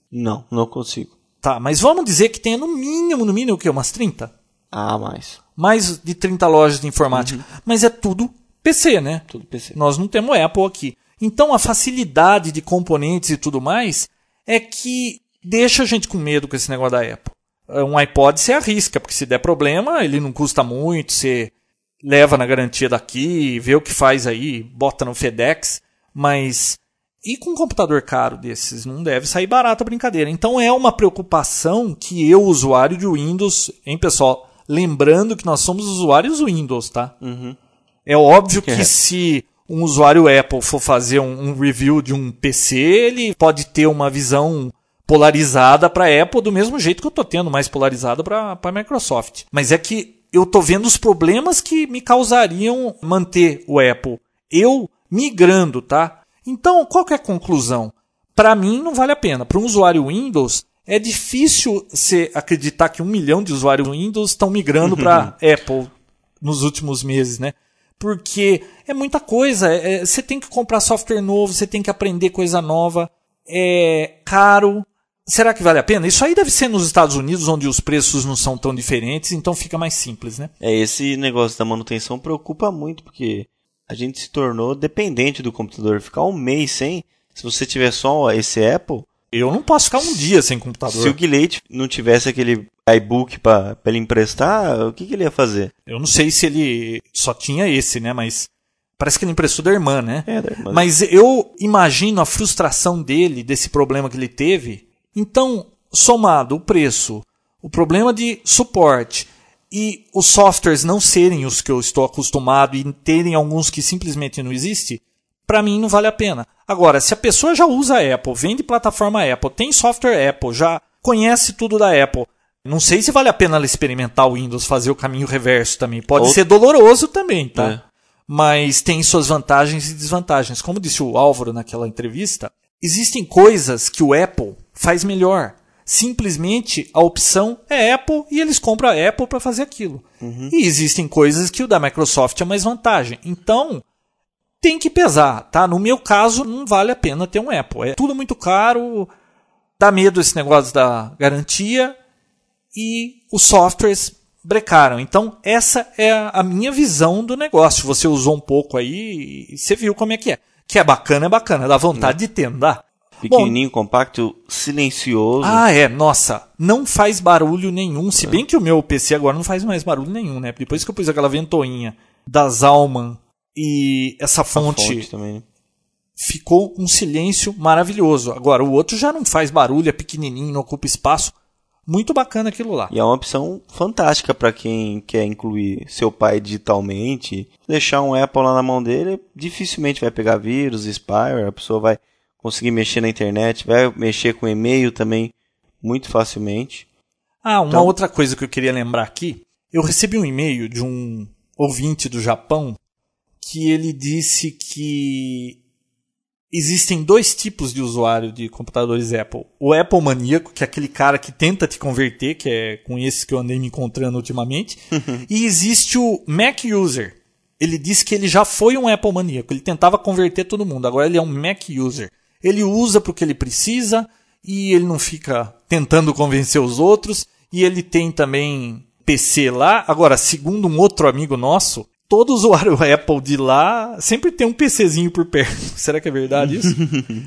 Não consigo. Tá, mas vamos dizer que tenha no mínimo o quê? Umas 30? Ah, mais. Mais de 30 lojas de informática. Mas é tudo PC, né? Tudo PC. Nós não temos Apple aqui. Então a facilidade de componentes e tudo mais é que deixa a gente com medo com esse negócio da Apple. Um iPod você arrisca, porque se der problema, ele não custa muito, você leva na garantia daqui, vê o que faz aí, bota no FedEx, mas e com um computador caro desses? Não deve sair barato a brincadeira. Então é uma preocupação que eu, usuário de Windows, hein, pessoal? Lembrando que nós somos usuários Windows, tá? É óbvio que se um usuário Apple for fazer um review de um PC, ele pode ter uma visão polarizada para a Apple do mesmo jeito que eu estou tendo mais polarizada para a Microsoft. Mas é que eu tô vendo os problemas que me causariam manter o Apple. Eu migrando, tá? Então, qual que é a conclusão? Para mim, não vale a pena. Para um usuário Windows, é difícil você acreditar que 1 milhão de usuários Windows estão migrando para Apple nos últimos meses, né? Porque é muita coisa. Você tem que comprar software novo, você tem que aprender coisa nova. É caro. Será que vale a pena? Isso aí deve ser nos Estados Unidos, onde os preços não são tão diferentes, então fica mais simples, né? Esse negócio da manutenção preocupa muito, porque a gente se tornou dependente do computador. Ficar um mês sem, se você tiver só esse Apple... Eu não posso ficar um dia sem computador. Se o Guilherme não tivesse aquele iBook para ele emprestar, o que ele ia fazer? Eu não sei se ele só tinha esse, né? Mas parece que ele emprestou da irmã, né? Da irmã. Mas eu imagino a frustração dele, desse problema que ele teve. Então, somado o preço, o problema de suporte e os softwares não serem os que eu estou acostumado e terem alguns que simplesmente não existem, para mim não vale a pena. Agora, se a pessoa já usa a Apple, vende plataforma Apple, tem software Apple, já conhece tudo da Apple, não sei se vale a pena ela experimentar o Windows, fazer o caminho reverso também. Pode ser doloroso também, tá? Mas tem suas vantagens e desvantagens. Como disse o Álvaro naquela entrevista, existem coisas que o Apple faz melhor. Simplesmente a opção é Apple e eles compram a Apple para fazer aquilo. E existem coisas que o da Microsoft é mais vantagem. Então, tem que pesar, tá? No meu caso, não vale a pena ter um Apple. É tudo muito caro, dá medo esse negócio da garantia e os softwares brecaram. Então, essa é a minha visão do negócio. Você usou um pouco aí e você viu como é. Que é bacana, dá vontade de ter, não dá? Pequenininho, compacto, silencioso. Nossa, não faz barulho nenhum. Se bem que o meu PC agora não faz mais barulho nenhum, né? Depois que eu pus aquela ventoinha da Zalman e essa fonte também, né? Ficou um silêncio maravilhoso. Agora, o outro já não faz barulho, é pequenininho, não ocupa espaço. Muito bacana aquilo lá. E é uma opção fantástica para quem quer incluir seu pai digitalmente. Deixar um Apple lá na mão dele, dificilmente vai pegar vírus, spyware, a pessoa vai conseguir mexer na internet, vai mexer com e-mail também muito facilmente. Uma outra coisa que eu queria lembrar aqui. Eu recebi um e-mail de um ouvinte do Japão que ele disse que existem 2 tipos de usuário de computadores Apple. O Apple maníaco, que é aquele cara que tenta te converter, que é com esses que eu andei me encontrando ultimamente. E existe o Mac User. Ele disse que ele já foi um Apple maníaco. Ele tentava converter todo mundo. Agora ele é um Mac User. Ele usa porque ele precisa e ele não fica tentando convencer os outros. E ele tem também PC lá. Agora, segundo um outro amigo nosso, todo usuário Apple de lá sempre tem um PCzinho por perto. Será que é verdade isso?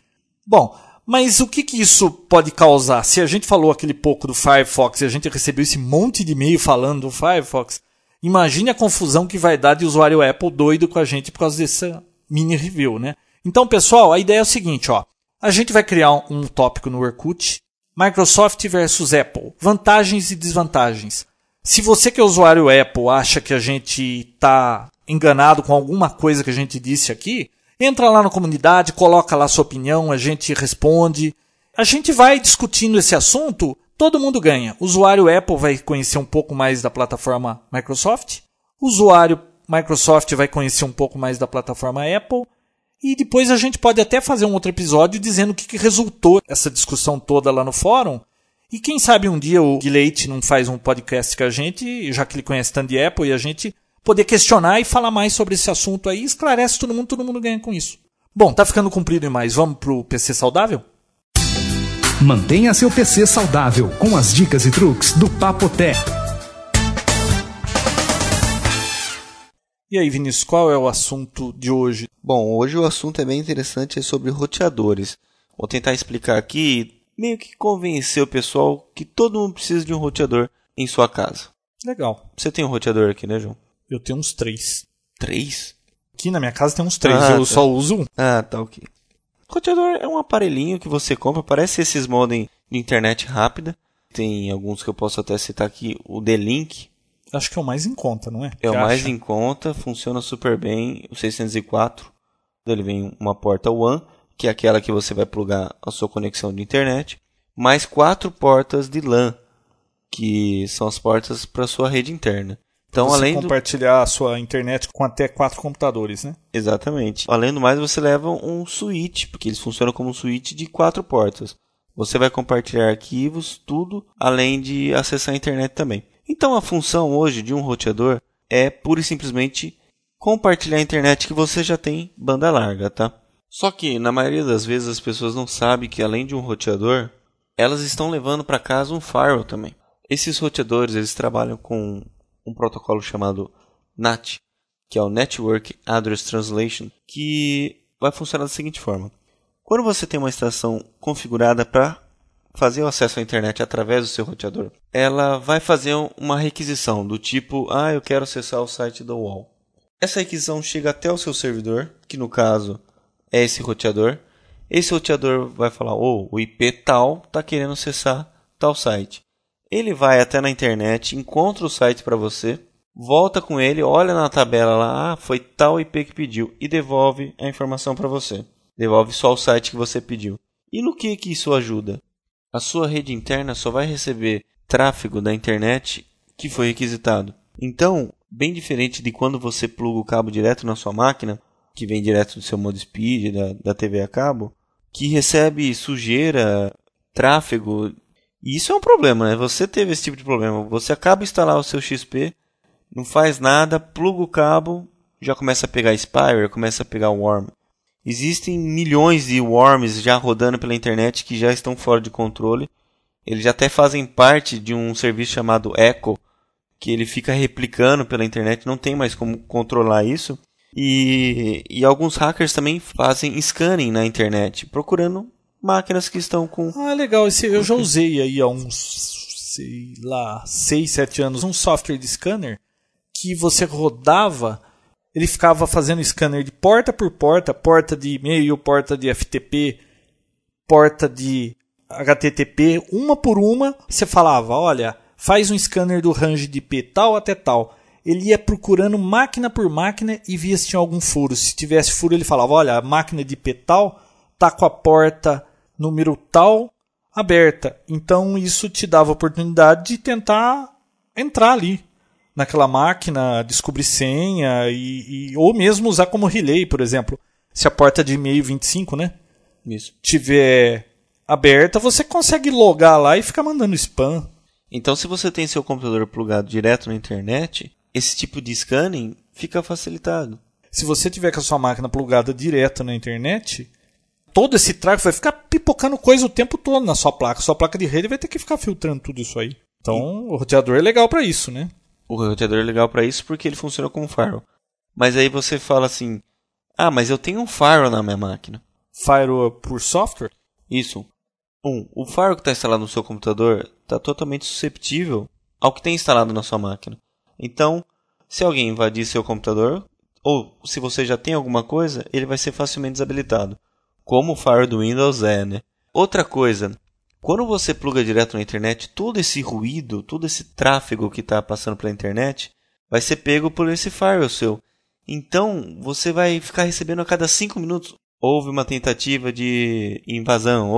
Bom, mas o que isso pode causar? Se a gente falou aquele pouco do Firefox e a gente recebeu esse monte de e-mail falando do Firefox, imagine a confusão que vai dar de usuário Apple doido com a gente por causa dessa mini review, né? Então, pessoal, a ideia é o seguinte, ó. A gente vai criar um tópico no Orkut, Microsoft versus Apple, vantagens e desvantagens. Se você que é usuário Apple acha que a gente está enganado com alguma coisa que a gente disse aqui, entra lá na comunidade, coloca lá sua opinião, a gente responde. A gente vai discutindo esse assunto, todo mundo ganha. O usuário Apple vai conhecer um pouco mais da plataforma Microsoft, o usuário Microsoft vai conhecer um pouco mais da plataforma Apple, e depois a gente pode até fazer um outro episódio dizendo o que resultou essa discussão toda lá no fórum. E quem sabe um dia o Guilherme não faz um podcast com a gente, já que ele conhece tanto de Apple, e a gente poder questionar e falar mais sobre esse assunto aí, esclarece todo mundo ganha com isso. Bom, tá ficando comprido demais, vamos pro PC saudável? Mantenha seu PC saudável com as dicas e truques do Papo Tech. E aí, Vinícius, qual é o assunto de hoje? Bom, hoje o assunto é bem interessante, é sobre roteadores. Vou tentar explicar aqui, meio que convencer o pessoal que todo mundo precisa de um roteador em sua casa. Legal. Você tem um roteador aqui, né, João? Eu tenho uns 3. 3? Aqui na minha casa tem uns 3, eu só uso um. Tá ok. Roteador é um aparelhinho que você compra, parece esses modem de internet rápida. Tem alguns que eu posso até citar aqui, o D-Link. Acho que é o mais em conta, não é? É o mais em conta, funciona super bem. O 604, ele vem uma porta WAN, que é aquela que você vai plugar a sua conexão de internet, mais 4 portas de LAN, que são as portas para a sua rede interna. Então, você além compartilhar a sua internet com até 4 computadores, né? Exatamente. Além do mais, você leva um switch, porque eles funcionam como um switch de 4 portas. Você vai compartilhar arquivos, tudo, além de acessar a internet também. Então, a função hoje de um roteador é pura e simplesmente compartilhar a internet que você já tem banda larga, tá? Só que, na maioria das vezes, as pessoas não sabem que, além de um roteador, elas estão levando para casa um firewall também. Esses roteadores, eles trabalham com um protocolo chamado NAT, que é o Network Address Translation, que vai funcionar da seguinte forma. Quando você tem uma estação configurada para fazer o acesso à internet através do seu roteador, ela vai fazer uma requisição do tipo, eu quero acessar o site da UOL. Essa requisição chega até o seu servidor, que no caso é esse roteador. Esse roteador vai falar, o IP tal está querendo acessar tal site. Ele vai até na internet, encontra o site para você, volta com ele, olha na tabela lá, foi tal IP que pediu e devolve a informação para você. Devolve só o site que você pediu. E no que isso ajuda? A sua rede interna só vai receber tráfego da internet que foi requisitado. Então, bem diferente de quando você pluga o cabo direto na sua máquina, que vem direto do seu modem speed, da TV a cabo, que recebe sujeira, tráfego. E isso é um problema, né? Você teve esse tipo de problema. Você acaba de instalar o seu XP, não faz nada, pluga o cabo, já começa a pegar spyware, começa a pegar worm. Existem milhões de worms já rodando pela internet que já estão fora de controle. Eles já até fazem parte de um serviço chamado Echo, que ele fica replicando pela internet, não tem mais como controlar isso. E alguns hackers também fazem scanning na internet, procurando máquinas que estão com... legal. Eu já usei aí há uns, 6, 7 anos, um software de scanner que você rodava, ele ficava fazendo scanner de porta por porta, porta de e-mail, porta de FTP, porta de HTTP, uma por uma. Você falava, olha, faz um scanner do range de IP tal até tal. Ele ia procurando máquina por máquina e via se tinha algum furo. Se tivesse furo, ele falava, olha, a máquina de IP tal está com a porta número tal aberta. Então isso te dava a oportunidade de tentar entrar ali naquela máquina, descobrir senha ou mesmo usar como relay, por exemplo. Se a porta de e-mail 25, né? Isso. Tiver aberta, você consegue logar lá e ficar mandando spam. Então, se você tem seu computador plugado direto na internet, esse tipo de scanning fica facilitado. Se você tiver com a sua máquina plugada direto na internet, todo esse tráfego vai ficar pipocando coisa o tempo todo na sua placa. Sua placa de rede vai ter que ficar filtrando tudo isso aí. Então, o roteador é legal para isso, né? O roteador é legal para isso porque ele funciona como firewall. Mas aí você fala assim, mas eu tenho um firewall na minha máquina. Firewall por software? Isso. O firewall que está instalado no seu computador está totalmente susceptível ao que tem instalado na sua máquina. Então, se alguém invadir seu computador, ou se você já tem alguma coisa, ele vai ser facilmente desabilitado. Como o firewall do Windows é, né? Outra coisa, quando você pluga direto na internet, todo esse ruído, todo esse tráfego que está passando pela internet, vai ser pego por esse firewall seu. Então, você vai ficar recebendo a cada 5 minutos. Houve uma tentativa de invasão,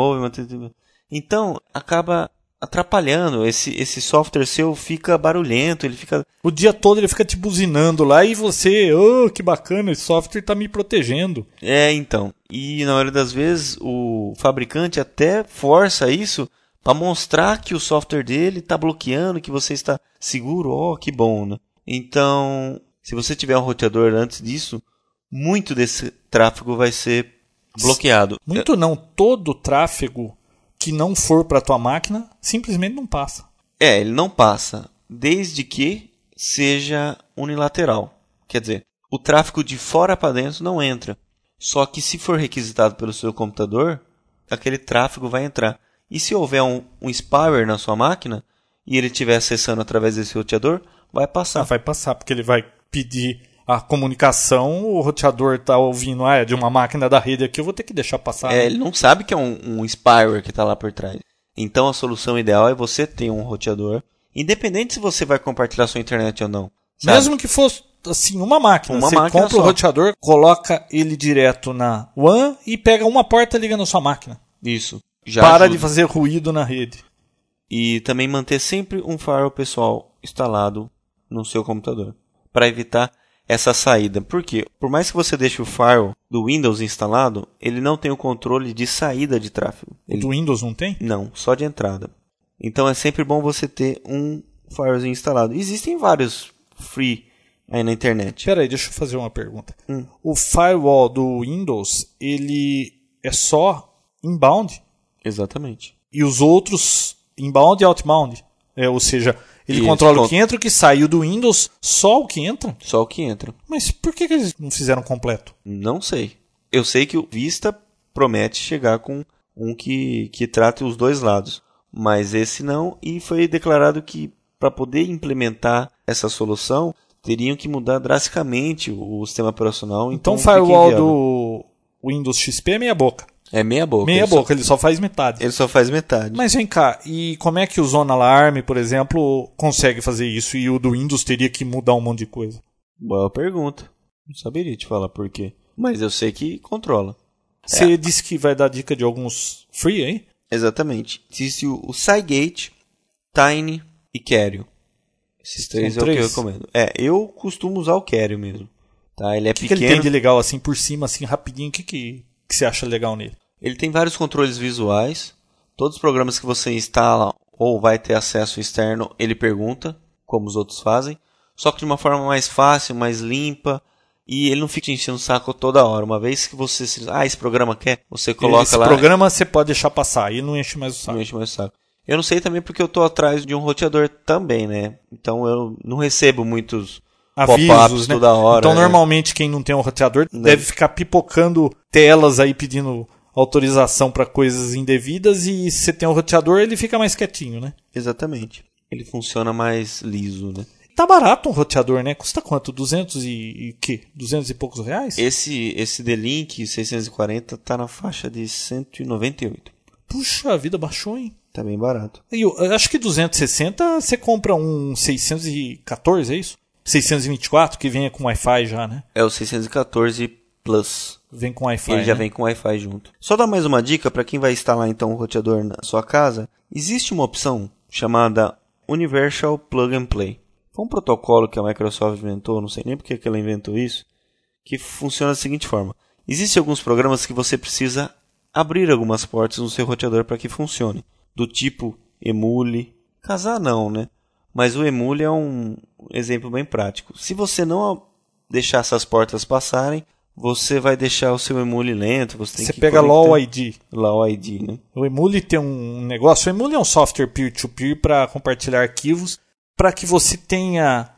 Então, acaba atrapalhando. Esse software seu fica barulhento, ele fica... O dia todo ele fica te buzinando lá e você, que bacana, esse software está me protegendo. Então. E na maioria das vezes o fabricante até força isso para mostrar que o software dele está bloqueando, que você está seguro. Que bom, né? Então, se você tiver um roteador antes disso, muito desse tráfego vai ser bloqueado. Muito não, todo tráfego que não for para a tua máquina simplesmente não passa. Ele não passa, desde que seja unilateral. Quer dizer, o tráfego de fora para dentro não entra. Só que se for requisitado pelo seu computador, aquele tráfego vai entrar. E se houver um spyware na sua máquina e ele estiver acessando através desse roteador, vai passar. Vai passar, porque ele vai pedir a comunicação, o roteador está ouvindo, é de uma máquina da rede aqui, eu vou ter que deixar passar. Ele não sabe que é um spyware que está lá por trás. Então a solução ideal é você ter um roteador, independente se você vai compartilhar sua internet ou não. Sabe? Mesmo que fosse assim, uma máquina. Você máquina compra o roteador, coloca ele direto na WAN e pega uma porta e liga na sua máquina. Isso. Já para ajuda. de fazer ruído na rede. E também manter sempre um firewall pessoal instalado no seu computador, para evitar essa saída. Por quê? Por mais que você deixe o firewall do Windows instalado, ele não tem o controle de saída de tráfego. Do Windows não tem? Não, só de entrada. Então é sempre bom você ter um firewallzinho instalado. Existem vários free aí na internet. Espera aí, deixa eu fazer uma pergunta. O firewall do Windows, ele é só inbound? Exatamente. E os outros inbound e outbound? Ou seja, ele Isso, controla o que entra e o que saiu do Windows, só o que entra? Só o que entra. Mas por que eles não fizeram completo? Não sei. Eu sei que o Vista promete chegar com um que trate os dois lados. Mas esse não, e foi declarado que para poder implementar essa solução, teriam que mudar drasticamente o sistema operacional. Então o firewall do Windows XP é meia boca. É meia boca. Meia boca, ele só faz metade. Ele só faz metade. Mas vem cá, e como é que o Zona Alarm, por exemplo, consegue fazer isso e o do Windows teria que mudar um monte de coisa? Boa pergunta. Não saberia te falar por quê. Mas eu sei que controla. Você disse que vai dar dica de alguns free aí? Exatamente. Existe o Cygate, Tiny e Kerio. Esses três é o que eu recomendo. Eu costumo usar o Kerio mesmo. Tá? Ele é pequeno. O que ele tem de legal assim por cima, assim rapidinho? O que você acha legal nele? Ele tem vários controles visuais. Todos os programas que você instala ou vai ter acesso externo, ele pergunta, como os outros fazem. Só que de uma forma mais fácil, mais limpa. E ele não fica te enchendo o saco toda hora. Uma vez que você... esse programa quer, você coloca lá... Esse programa você pode deixar passar e não enche mais o saco. Não enche mais o saco. Eu não sei também porque eu estou atrás de um roteador também, né? Então eu não recebo muitos pop-ups toda hora. Então normalmente quem não tem um roteador deve ficar pipocando telas aí pedindo autorização para coisas indevidas, e se você tem um roteador ele fica mais quietinho, né? Exatamente. Ele funciona mais liso, né? Tá barato um roteador, né? Custa quanto? 200 e poucos reais? Esse D-Link 640 tá na faixa de 198. Puxa, a vida baixou, hein? Tá bem barato. E eu acho que 260 você compra um 614, é isso? 624, que vem com Wi-Fi já, né? É o 614 Plus. Vem com Wi-Fi. Ele já vem com Wi-Fi junto. Só dar mais uma dica para quem vai instalar então o roteador na sua casa. Existe uma opção chamada Universal Plug and Play. Foi um protocolo que a Microsoft inventou, não sei nem porque que ela inventou isso, que funciona da seguinte forma. Existem alguns programas que você precisa abrir algumas portas no seu roteador para que funcione. Do tipo Emule. Casar não, né? Mas o Emule é um exemplo bem prático. Se você não deixar essas portas passarem, você vai deixar o seu Emule lento. Você pega LAW ID. LAW ID, né? O Emule tem um negócio. O Emule é um software peer-to-peer para compartilhar arquivos, para que você tenha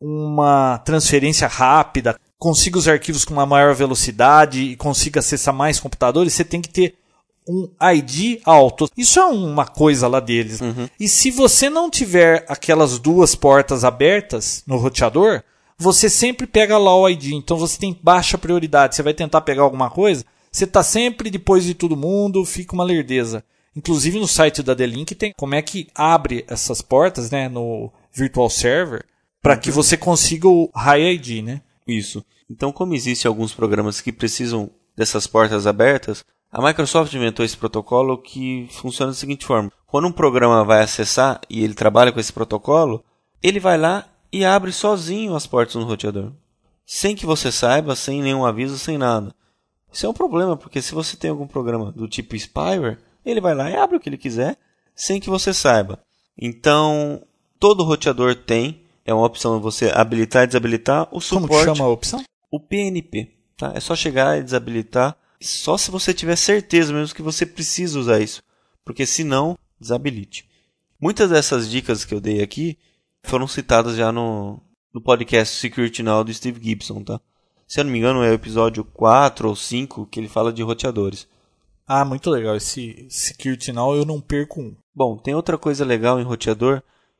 uma transferência rápida, consiga os arquivos com uma maior velocidade e consiga acessar mais computadores. Você tem que ter um ID alto. Isso é uma coisa lá deles. E se você não tiver aquelas duas portas abertas no roteador, você sempre pega lá o ID. Então você tem baixa prioridade. Você vai tentar pegar alguma coisa, você está sempre depois de todo mundo, fica uma lerdeza. Inclusive no site da D-Link tem como é que abre essas portas, né, no Virtual Server, para que você consiga o High ID, né? Isso. Então, como existem alguns programas que precisam dessas portas abertas, a Microsoft inventou esse protocolo que funciona da seguinte forma. Quando um programa vai acessar e ele trabalha com esse protocolo, ele vai lá e abre sozinho as portas no roteador. Sem que você saiba, sem nenhum aviso, sem nada. Isso é um problema, porque se você tem algum programa do tipo spyware, ele vai lá e abre o que ele quiser, sem que você saiba. Então, todo roteador tem, é uma opção você habilitar e desabilitar o suporte. Como que chama a opção? O PNP. Tá? É só chegar e desabilitar, só se você tiver certeza mesmo que você precisa usar isso. Porque se não, desabilite. Muitas dessas dicas que eu dei aqui foram citadas já no podcast Security Now do Steve Gibson. Tá? Se eu não me engano, é o episódio 4 ou 5 que ele fala de roteadores. Ah, muito legal. Esse Security Now eu não perco um. Bom, tem outra coisa legal em roteador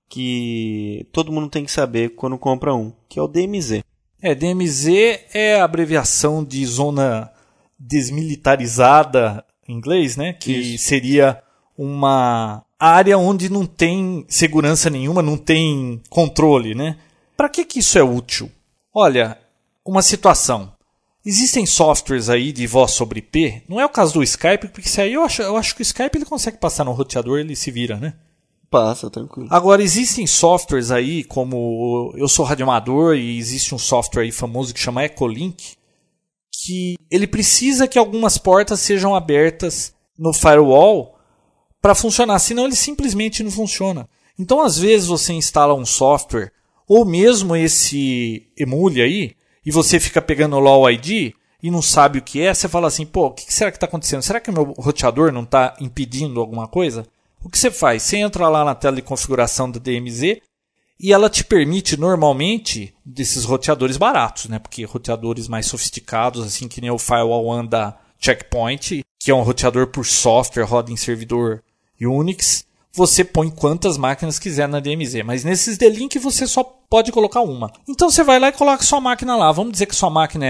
que todo mundo tem que saber quando compra um, que é o DMZ. DMZ é a abreviação de zona desmilitarizada em inglês, né? Que Isso. seria uma área onde não tem segurança nenhuma, não tem controle, né? Para que isso é útil? Olha, uma situação. Existem softwares aí de voz sobre IP, não é o caso do Skype, porque isso aí eu acho que o Skype ele consegue passar no roteador, ele se vira, né? Passa, tranquilo. Agora, existem softwares aí, como eu sou radioamador e existe um software aí famoso que chama Ecolink, que ele precisa que algumas portas sejam abertas no firewall para funcionar, senão ele simplesmente não funciona. Então, às vezes, você instala um software, ou mesmo esse Emule aí, e você fica pegando o LOL ID e não sabe o que é, você fala assim, pô, o que será que está acontecendo? Será que o meu roteador não está impedindo alguma coisa? O que você faz? Você entra lá na tela de configuração do DMZ e ela te permite normalmente desses roteadores baratos, né? Porque roteadores mais sofisticados, assim que nem o Firewall One da Checkpoint, que é um roteador por software, roda em servidor Unix, você põe quantas máquinas quiser na DMZ. Mas nesses D-Link você só pode colocar uma. Então você vai lá e coloca sua máquina lá. Vamos dizer que sua máquina é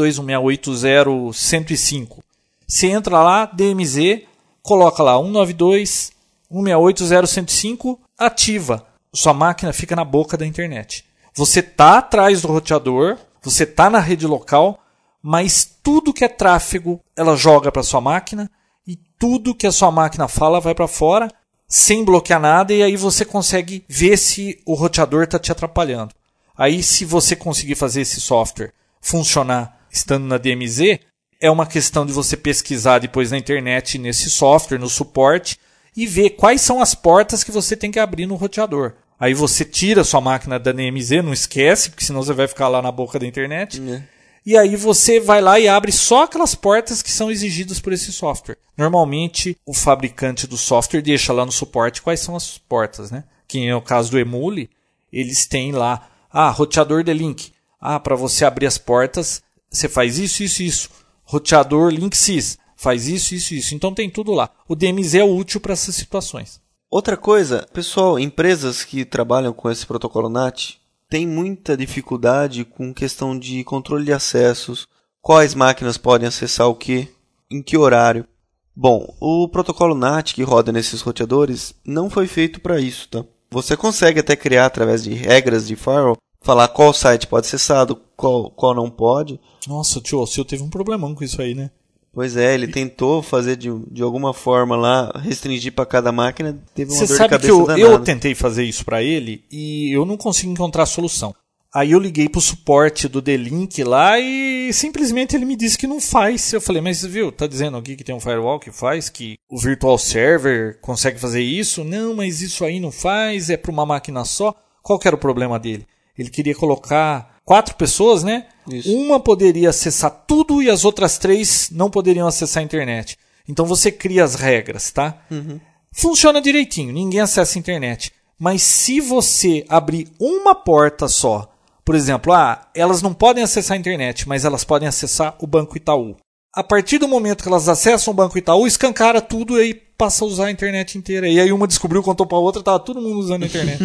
192.168.0.105. Você entra lá, DMZ, coloca lá 192.168.0.105, ativa. Sua máquina fica na boca da internet. Você está atrás do roteador, você está na rede local, mas tudo que é tráfego ela joga para sua máquina e tudo que a sua máquina fala vai para fora, sem bloquear nada, e aí você consegue ver se o roteador está te atrapalhando. Aí, se você conseguir fazer esse software funcionar estando na DMZ, é uma questão de você pesquisar depois na internet, nesse software, no suporte, e ver quais são as portas que você tem que abrir no roteador. Aí você tira a sua máquina da DMZ, não esquece, porque senão você vai ficar lá na boca da internet. E aí você vai lá e abre só aquelas portas que são exigidas por esse software. Normalmente, o fabricante do software deixa lá no suporte quais são as portas, né? Que é o caso do Emule, eles têm lá, roteador D-Link. Para você abrir as portas, você faz isso, isso, isso. Roteador Linksys, faz isso, isso, isso. Então tem tudo lá. O DMZ é útil para essas situações. Outra coisa, pessoal, empresas que trabalham com esse protocolo NAT têm muita dificuldade com questão de controle de acessos, quais máquinas podem acessar o que, em que horário. Bom, o protocolo NAT que roda nesses roteadores não foi feito para isso, tá? Você consegue até criar através de regras de firewall, falar qual site pode ser acessado, qual não pode. Nossa, tio, o senhor teve um problemão com isso aí, né? Pois é, ele tentou fazer de alguma forma lá, restringir para cada máquina, teve uma dor de cabeça danada. Você sabe que eu tentei fazer isso para ele e eu não consigo encontrar a solução. Aí eu liguei pro suporte do D-Link lá e simplesmente ele me disse que não faz. Eu falei, mas viu, tá dizendo aqui que tem um firewall que faz, que o virtual server consegue fazer isso? Não, mas isso aí não faz, é para uma máquina só. Qual que era o problema dele? Ele queria colocar 4 pessoas, né? Isso. Uma poderia acessar tudo e as outras 3 não poderiam acessar a internet. Então você cria as regras, tá? Funciona direitinho, ninguém acessa a internet. Mas se você abrir uma porta só, por exemplo, elas não podem acessar a internet, mas elas podem acessar o Banco Itaú. A partir do momento que elas acessam o Banco Itaú, escancara tudo e aí passa a usar a internet inteira. E aí uma descobriu, contou para a outra, estava todo mundo usando a internet.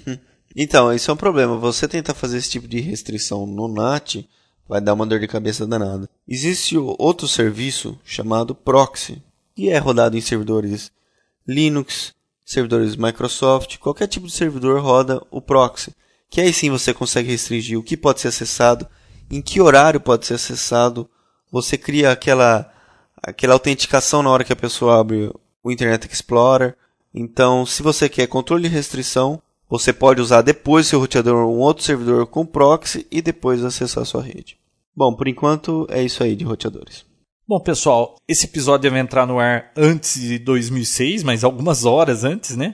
Então, isso é um problema. Você tentar fazer esse tipo de restrição no NAT vai dar uma dor de cabeça danada. Existe outro serviço chamado Proxy, que é rodado em servidores Linux, servidores Microsoft, qualquer tipo de servidor roda o Proxy. Que aí sim você consegue restringir o que pode ser acessado, em que horário pode ser acessado. Você cria aquela autenticação na hora que a pessoa abre o Internet Explorer. Então, se você quer controle de restrição, você pode usar depois do seu roteador um outro servidor com proxy e depois acessar a sua rede. Bom, por enquanto é isso aí de roteadores. Bom, pessoal, esse episódio deve entrar no ar antes de 2006, mas algumas horas antes, né?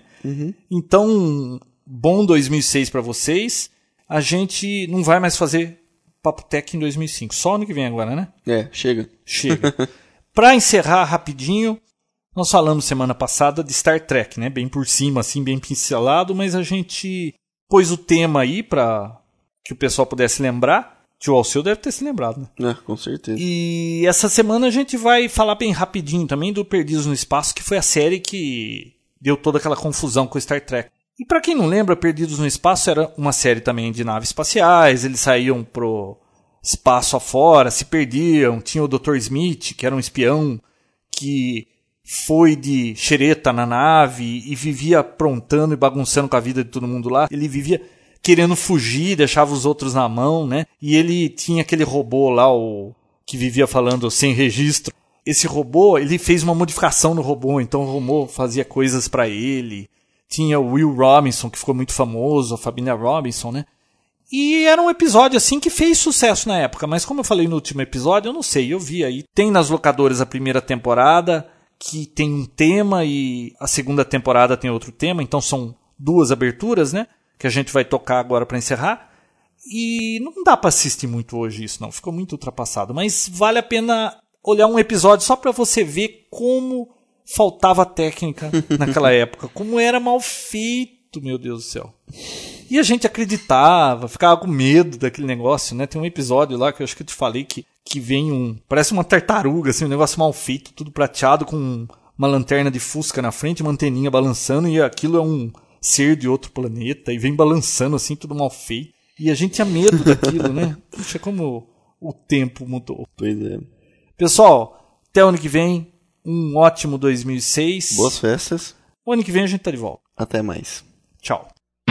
Então, bom 2006 para vocês. A gente não vai mais fazer Papo Tech em 2005, só ano que vem agora, né? Chega. Para encerrar rapidinho, nós falamos semana passada de Star Trek, né? Bem por cima, assim, bem pincelado, mas a gente pôs o tema aí para que o pessoal pudesse lembrar. Tio Alceu deve ter se lembrado, né? Com certeza. E essa semana a gente vai falar bem rapidinho também do Perdidos no Espaço, que foi a série que deu toda aquela confusão com Star Trek. E para quem não lembra, Perdidos no Espaço era uma série também de naves espaciais, eles saíam pro espaço afora, se perdiam, tinha o Dr. Smith, que era um espião que foi de xereta na nave e vivia aprontando e bagunçando com a vida de todo mundo lá. Ele vivia querendo fugir, deixava os outros na mão, né? E ele tinha aquele robô lá, que vivia falando sem registro. Esse robô, ele fez uma modificação no robô, então o robô fazia coisas para ele. tinha o Will Robinson, que ficou muito famoso, a família Robinson, né? E era um episódio assim que fez sucesso na época, mas como eu falei no último episódio, eu não sei, eu vi aí. Tem nas locadoras a primeira temporada, que tem um tema, e a segunda temporada tem outro tema, então são 2 aberturas, né? Que a gente vai tocar agora para encerrar. E não dá para assistir muito hoje isso, não, ficou muito ultrapassado, mas vale a pena olhar um episódio só para você ver como faltava técnica naquela época, como era mal feito, meu Deus do céu. E a gente acreditava, ficava com medo daquele negócio, né? Tem um episódio lá que eu acho que eu te falei que vem parece uma tartaruga, assim, um negócio mal feito, tudo prateado, com uma lanterna de fusca na frente, uma anteninha balançando, e aquilo é um ser de outro planeta, e vem balançando assim, tudo mal feito. E a gente tinha medo daquilo, né? Puxa, como o tempo mudou. Pois é. Pessoal, até o ano que vem, um ótimo 2006. Boas festas. O ano que vem a gente tá de volta. Até mais. Tchau.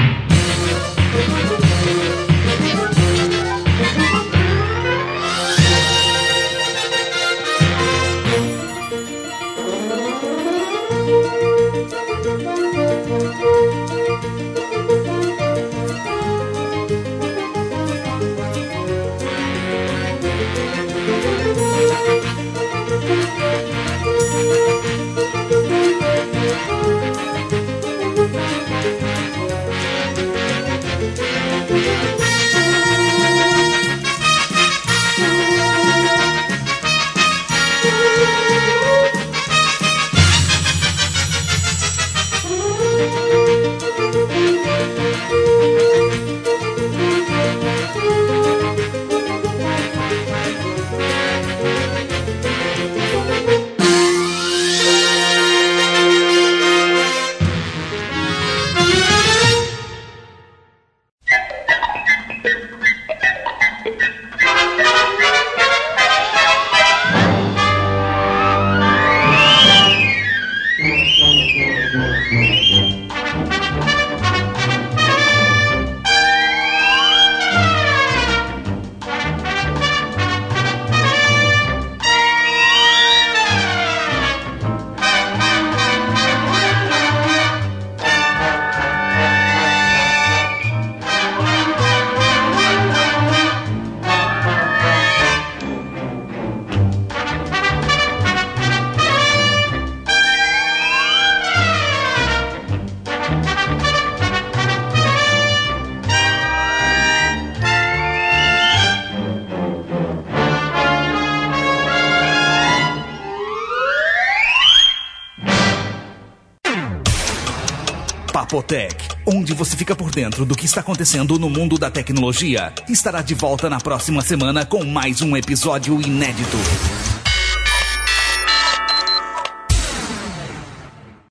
Papotec, onde você fica por dentro do que está acontecendo no mundo da tecnologia, estará de volta na próxima semana com mais um episódio inédito.